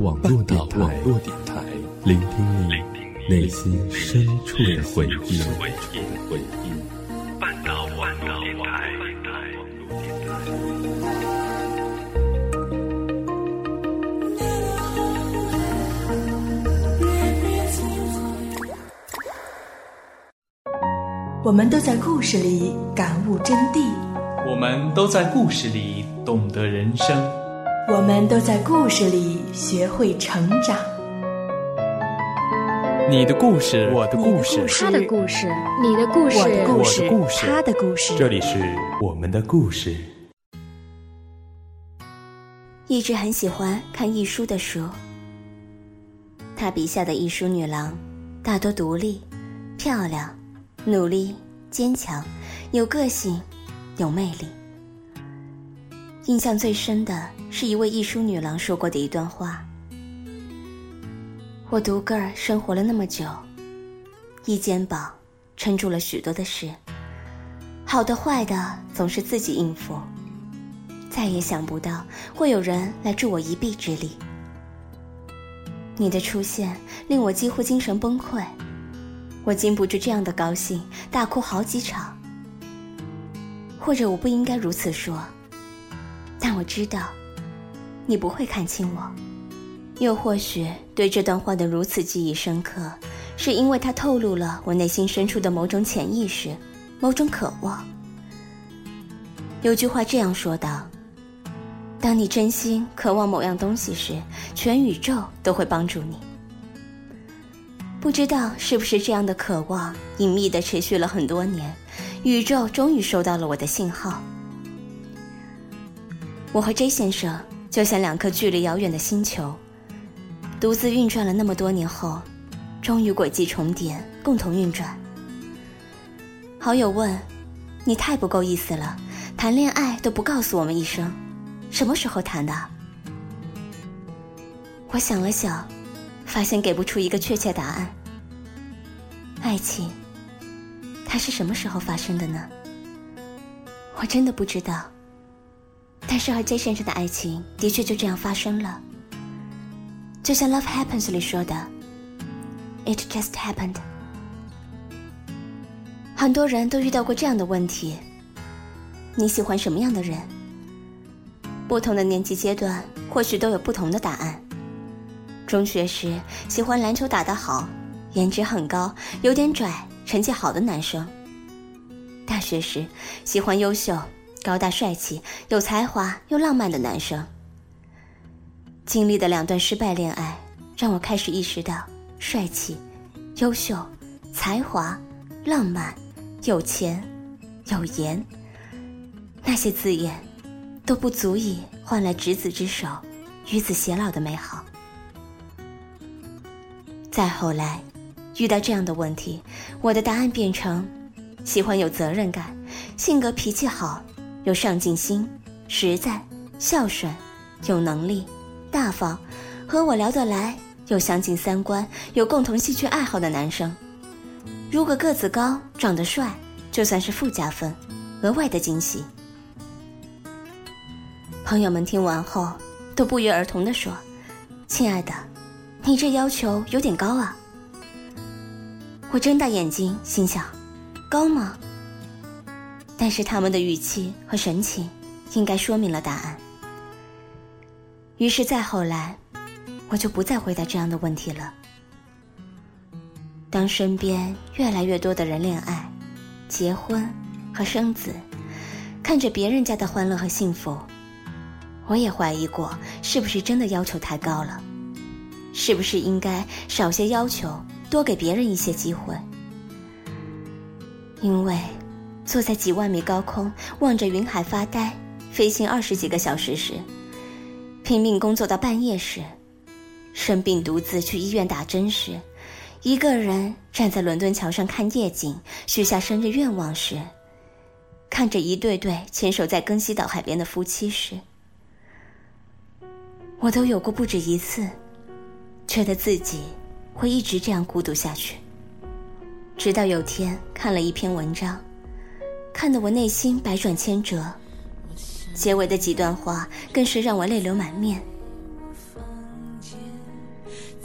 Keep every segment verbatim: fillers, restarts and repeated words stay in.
网络电台，网络电台，聆听你内心深处的回忆。半岛网络电台。 我们都在故事里感悟真谛， 我们都在故事里懂得人生， 我们都在故事里学会成长。 你的故事，我的故事， 他的故事，你的故事， 我的故事， 我的故事， 他的故事。 这里是我们的故事。 一直很喜欢看亦舒的书，他笔下的亦舒女郎大多独立、漂亮、努力、坚强，有个性，有魅力。印象最深的是一位亦舒女郎说过的一段话：我独个儿生活了那么久，一肩膀撑住了许多的事，好的坏的总是自己应付，再也想不到会有人来助我一臂之力。你的出现令我几乎精神崩溃，我禁不住这样的高兴，大哭好几场。或者我不应该如此说，但我知道你不会看清我。又或许对这段话的如此记忆深刻，是因为它透露了我内心深处的某种潜意识，某种渴望。有句话这样说道：当你真心渴望某样东西时，全宇宙都会帮助你。不知道是不是这样的渴望隐秘地持续了很多年，宇宙终于收到了我的信号。我和 J 先生就像两颗距离遥远的星球，独自运转了那么多年后，终于轨迹重叠，共同运转。好友问：你太不够意思了，谈恋爱都不告诉我们一声，什么时候谈的？我想了想，发现给不出一个确切答案。爱情，它是什么时候发生的呢？我真的不知道。但是和 J 先生的爱情的确就这样发生了，就像 Love Happens 里说的 It just happened。 很多人都遇到过这样的问题：你喜欢什么样的人？不同的年纪阶段或许都有不同的答案。中学时喜欢篮球打得好，颜值很高，有点拽，成绩好的男生。大学时喜欢优秀、高大帅气、有才华又浪漫的男生。经历的两段失败恋爱，让我开始意识到，帅气、优秀、才华、浪漫、有钱、有颜，那些字眼都不足以换来执子之手、与子偕老的美好。再后来遇到这样的问题，我的答案变成喜欢有责任感、性格脾气好、有上进心、实在、孝顺、有能力、大方，和我聊得来，有相近三观，有共同兴趣爱好的男生。如果个子高、长得帅，就算是附加分，额外的惊喜。朋友们听完后都不约而同地说：亲爱的，你这要求有点高啊。我睁大眼睛心想，高吗？但是他们的语气和神情应该说明了答案。于是再后来，我就不再回答这样的问题了。当身边越来越多的人恋爱、结婚和生子，看着别人家的欢乐和幸福，我也怀疑过是不是真的要求太高了，是不是应该少些要求，多给别人一些机会。因为坐在几万米高空望着云海发呆，飞行二十几个小时时，拼命工作到半夜时，生病独自去医院打针时，一个人站在伦敦桥上看夜景，许下生日愿望时，看着一对对牵手在根西岛海边的夫妻时，我都有过不止一次觉得自己会一直这样孤独下去。直到有天看了一篇文章，看得我内心百转千折，结尾的几段话更是让我泪流满面。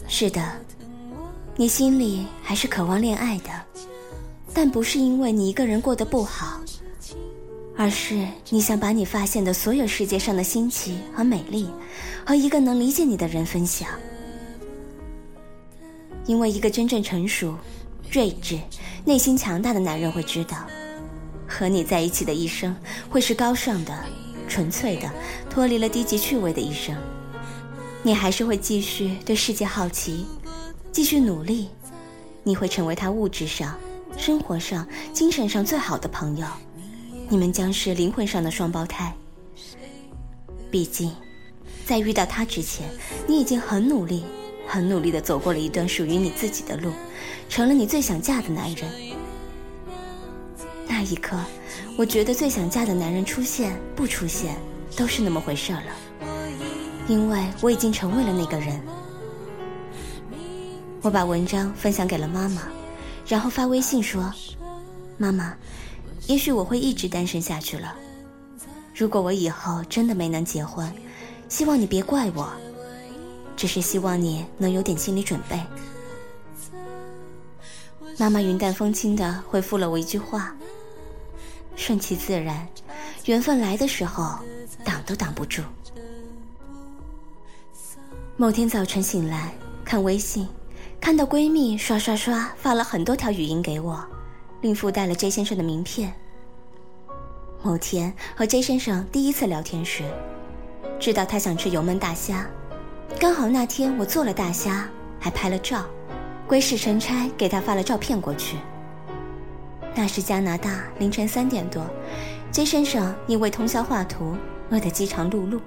是的，你心里还是渴望恋爱的，但不是因为你一个人过得不好，而是你想把你发现的所有世界上的新奇和美丽和一个能理解你的人分享。因为一个真正成熟、睿智、内心强大的男人会知道，和你在一起的一生会是高尚的、纯粹的，脱离了低级趣味的一生。你还是会继续对世界好奇，继续努力，你会成为他物质上、生活上、精神上最好的朋友。你们将是灵魂上的双胞胎。毕竟在遇到他之前，你已经很努力很努力地走过了一段属于你自己的路，成了你最想嫁的男人。那一刻，我觉得最想嫁的男人出现不出现都是那么回事了，因为我已经成为了那个人。我把文章分享给了妈妈，然后发微信说，妈妈，也许我会一直单身下去了，如果我以后真的没能结婚，希望你别怪我，只是希望你能有点心理准备。妈妈云淡风轻地回复了我一句话，顺其自然，缘分来的时候挡都挡不住。某天早晨醒来，看微信，看到闺蜜刷刷刷发了很多条语音给我，并附带了 J 先生的名片。某天和 J 先生第一次聊天时，知道他想吃油焖大虾，刚好那天我做了大虾，还拍了照，鬼使神差给他发了照片过去。那是加拿大凌晨三点多， J 先生因为通宵画图饿得饥肠辘辘。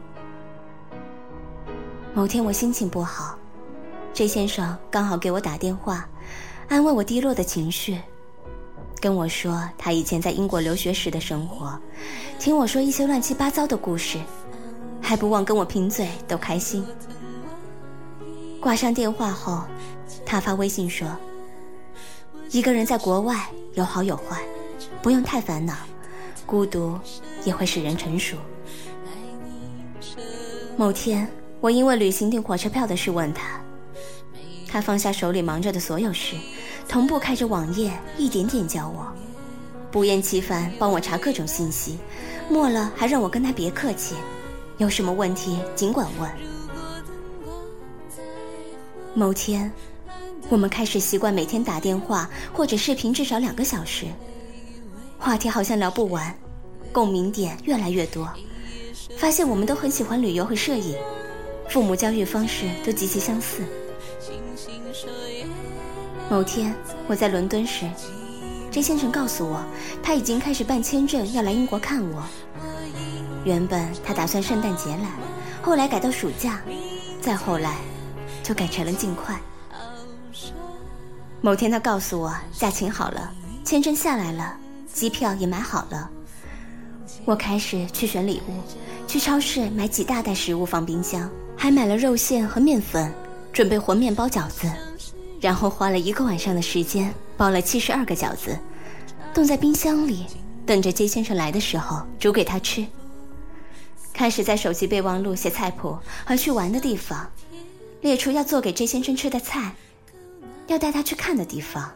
某天我心情不好， J 先生刚好给我打电话，安慰我低落的情绪，跟我说他以前在英国留学时的生活，听我说一些乱七八糟的故事，还不忘跟我贫嘴逗开心。挂上电话后，他发微信说，一个人在国外有好有坏，不用太烦恼，孤独也会使人成熟。某天我因为旅行订火车票的事问他，他放下手里忙着的所有事，同步开着网页一点点教我，不厌其烦帮我查各种信息，末了还让我跟他别客气，有什么问题尽管问。某天我们开始习惯每天打电话或者视频至少两个小时，话题好像聊不完，共鸣点越来越多，发现我们都很喜欢旅游和摄影，父母教育方式都极其相似。某天我在伦敦时，J 先生告诉我他已经开始办签证要来英国看我，原本他打算圣诞节来，后来改到暑假，再后来就改成了尽快。某天他告诉我假请好了，签证下来了，机票也买好了。我开始去选礼物，去超市买几大袋食物放冰箱，还买了肉馅和面粉，准备和面包饺子，然后花了一个晚上的时间包了七十二个饺子，冻在冰箱里，等着 J 先生来的时候煮给他吃。开始在手机备忘录写菜谱和去玩的地方，列出要做给 J 先生吃的菜，要带他去看的地方。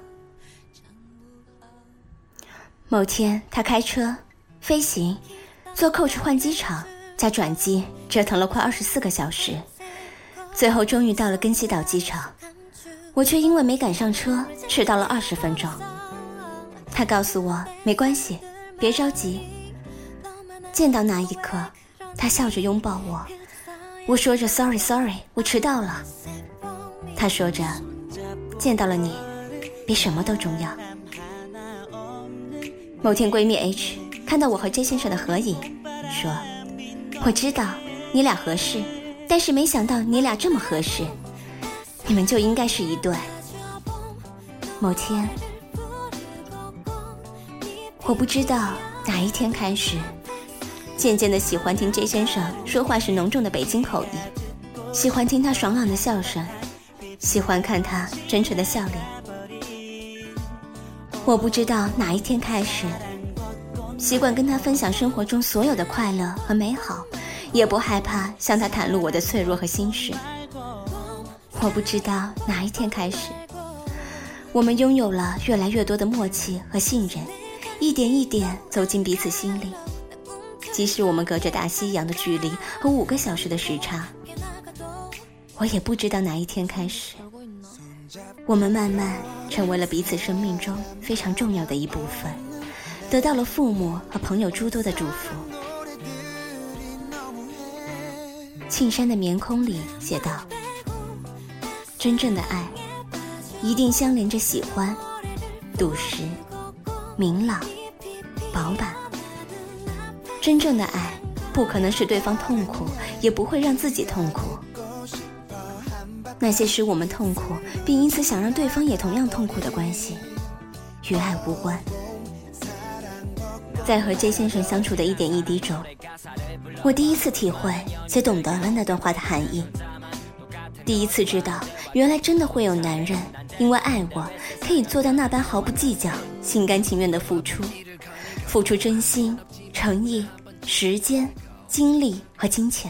某天他开车飞行，坐 coach 换机场加转机，折腾了快二十四个小时，最后终于到了根西岛机场，我却因为没赶上车迟到了二十分钟。他告诉我没关系，别着急。见到那一刻，他笑着拥抱我，我说着 sorry sorry 我迟到了，他说着见到了你比什么都重要。某天闺蜜 H 看到我和 J 先生的合影，说我知道你俩合适，但是没想到你俩这么合适，你们就应该是一对。某天我不知道哪一天开始，渐渐地喜欢听 J 先生说话时浓重的北京口音，喜欢听他爽朗的笑声，喜欢看他真诚的笑脸。我不知道哪一天开始，习惯跟他分享生活中所有的快乐和美好，也不害怕向他袒露我的脆弱和心事。 我不知道哪一天开始，我们拥有了越来越多的默契和信任，一点一点走进彼此心里。即使我们隔着大西洋的距离和五个小时的时差，我也不知道哪一天开始，我们慢慢成为了彼此生命中非常重要的一部分，得到了父母和朋友诸多的祝福。庆山的棉空里写道，真正的爱一定相连着喜欢、笃实、明朗、饱满。真正的爱不可能使对方痛苦，也不会让自己痛苦。那些使我们痛苦并因此想让对方也同样痛苦的关系，与爱无关。在和 J 先生相处的一点一滴中，我第一次体会且懂得了那段话的含义，第一次知道原来真的会有男人因为爱我可以做到那般毫不计较、心甘情愿的付出，付出真心、诚意、时间、精力和金钱。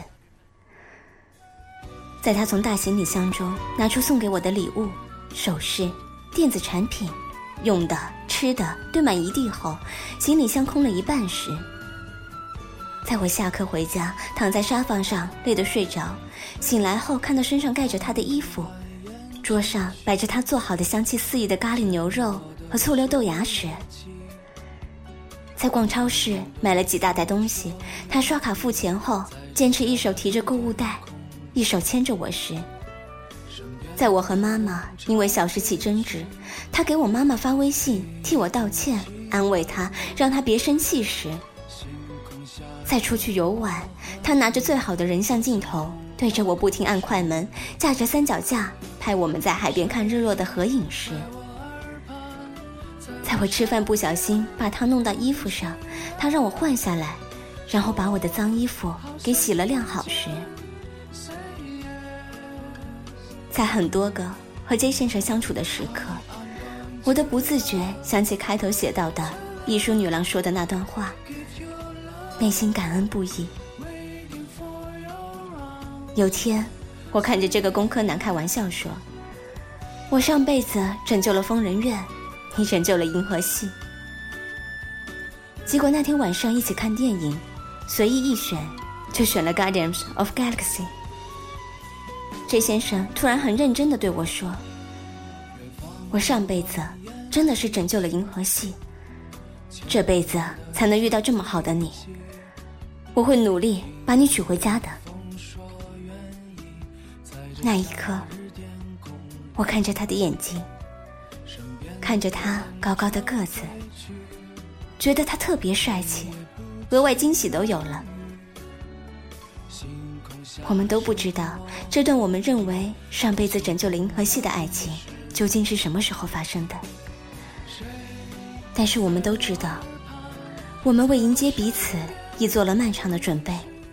在他从大行李箱中拿出送给我的礼物、首饰、电子产品、用的、吃的堆满一地后，行李箱空了一半时，在我下课回家躺在沙发上累得睡着，醒来后看到身上盖着他的衣服，桌上摆着他做好的香气四溢的咖喱牛肉和醋溜豆芽时，在逛超市买了几大袋东西，他刷卡付钱后坚持一手提着购物袋一手牵着我时，在我和妈妈因为小事起争执，他给我妈妈发微信替我道歉，安慰她让她别生气时，在出去游玩他拿着最好的人像镜头对着我不停按快门，架着三脚架拍我们在海边看日落的合影时，在我吃饭不小心把汤弄到衣服上，他让我换下来，然后把我的脏衣服给洗了晾好时，在很多个和 J 先生相处的时刻，我都不自觉想起开头写到的艺术女郎说的那段话，内心感恩不已。有天我看着这个工科男开玩笑说，我上辈子拯救了疯人院，你拯救了银河系。结果那天晚上一起看电影，随意一选就选了 Guardians of Galaxy。 J 先生突然很认真地对我说，我上辈子真的是拯救了银河系，这辈子才能遇到这么好的你，我会努力把你娶回家的。那一刻我看着他的眼睛，看着他高高的个子，觉得他特别帅气，额外惊喜都有了。我们都不知道这段我们认为上辈子拯救了银河系的爱情究竟是什么时候发生的，但是我们都知道，我们为迎接彼此已做了漫长的准备。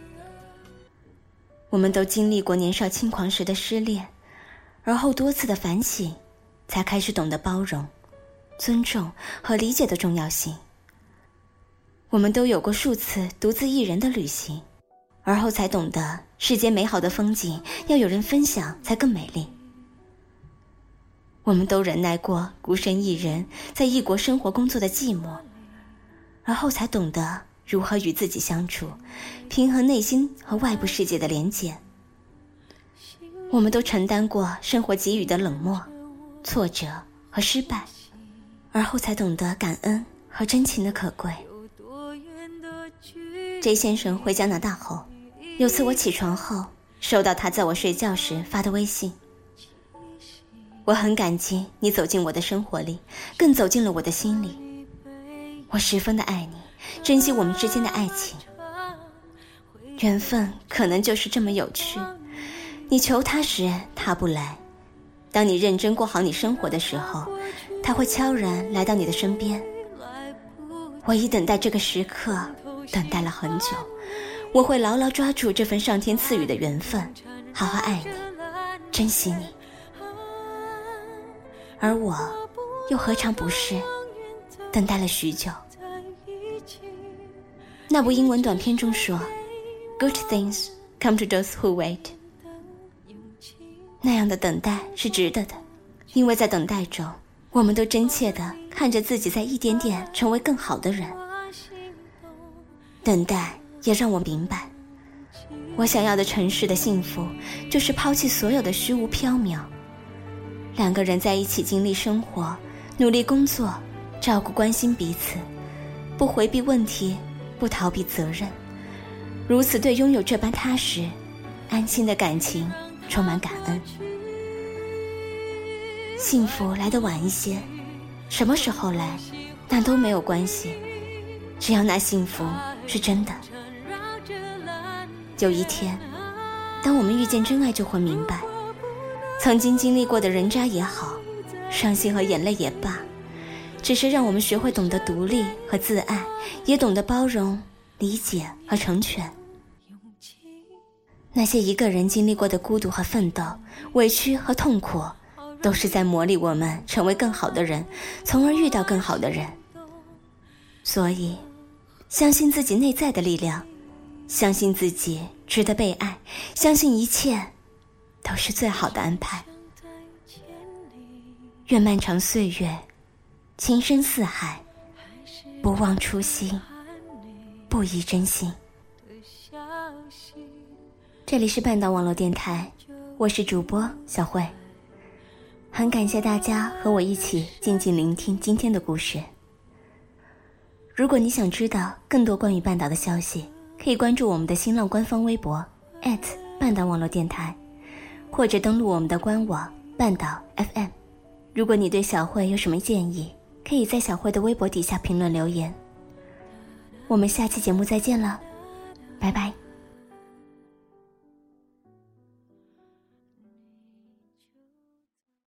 我们都经历过年少轻狂时的失恋，而后多次的反省，才开始懂得包容、尊重和理解的重要性。我们都有过数次独自一人的旅行，而后才懂得世间美好的风景要有人分享才更美丽。我们都忍耐过孤身一人在异国生活工作的寂寞，而后才懂得如何与自己相处，平衡内心和外部世界的连结。我们都承担过生活给予的冷漠、挫折和失败，而后才懂得感恩和真情的可贵。J 先生回加拿大后，有次我起床后收到他在我睡觉时发的微信，我很感激你走进我的生活里，更走进了我的心里。我十分的爱你，珍惜我们之间的爱情。缘分可能就是这么有趣，你求他时他不来，当你认真过好你生活的时候，他会悄然来到你的身边。我已等待这个时刻等待了很久，我会牢牢抓住这份上天赐予的缘分，好好爱你，珍惜你。而我又何尝不是等待了许久。那部英文短片中说， Good things come to those who wait。 那样的等待是值得的，因为在等待中，我们都真切地看着自己在一点点成为更好的人。等待也让我明白，我想要的城市的幸福，就是抛弃所有的虚无缥缈。两个人在一起经历生活，努力工作，照顾关心彼此，不回避问题，不逃避责任，如此对拥有这般踏实安心的感情充满感恩。幸福来得晚一些，什么时候来那都没有关系，只要那幸福是真的。有一天，当我们遇见真爱，就会明白，曾经经历过的人渣也好，伤心和眼泪也罢，只是让我们学会懂得独立和自爱，也懂得包容、理解和成全。那些一个人经历过的孤独和奋斗、委屈和痛苦，都是在磨砺我们成为更好的人，从而遇到更好的人。所以，相信自己内在的力量，相信自己值得被爱，相信一切都是最好的安排。愿漫长岁月，情深似海，不忘初心，不移真心。这里是半岛网络电台，我是主播小慧，很感谢大家和我一起静静聆听今天的故事。如果你想知道更多关于半岛的消息，可以关注我们的新浪官方微博 at 半岛网络电台，或者登录我们的官网半岛 F M。 如果你对小慧有什么建议，可以在小慧的微博底下评论留言。我们下期节目再见了，拜拜。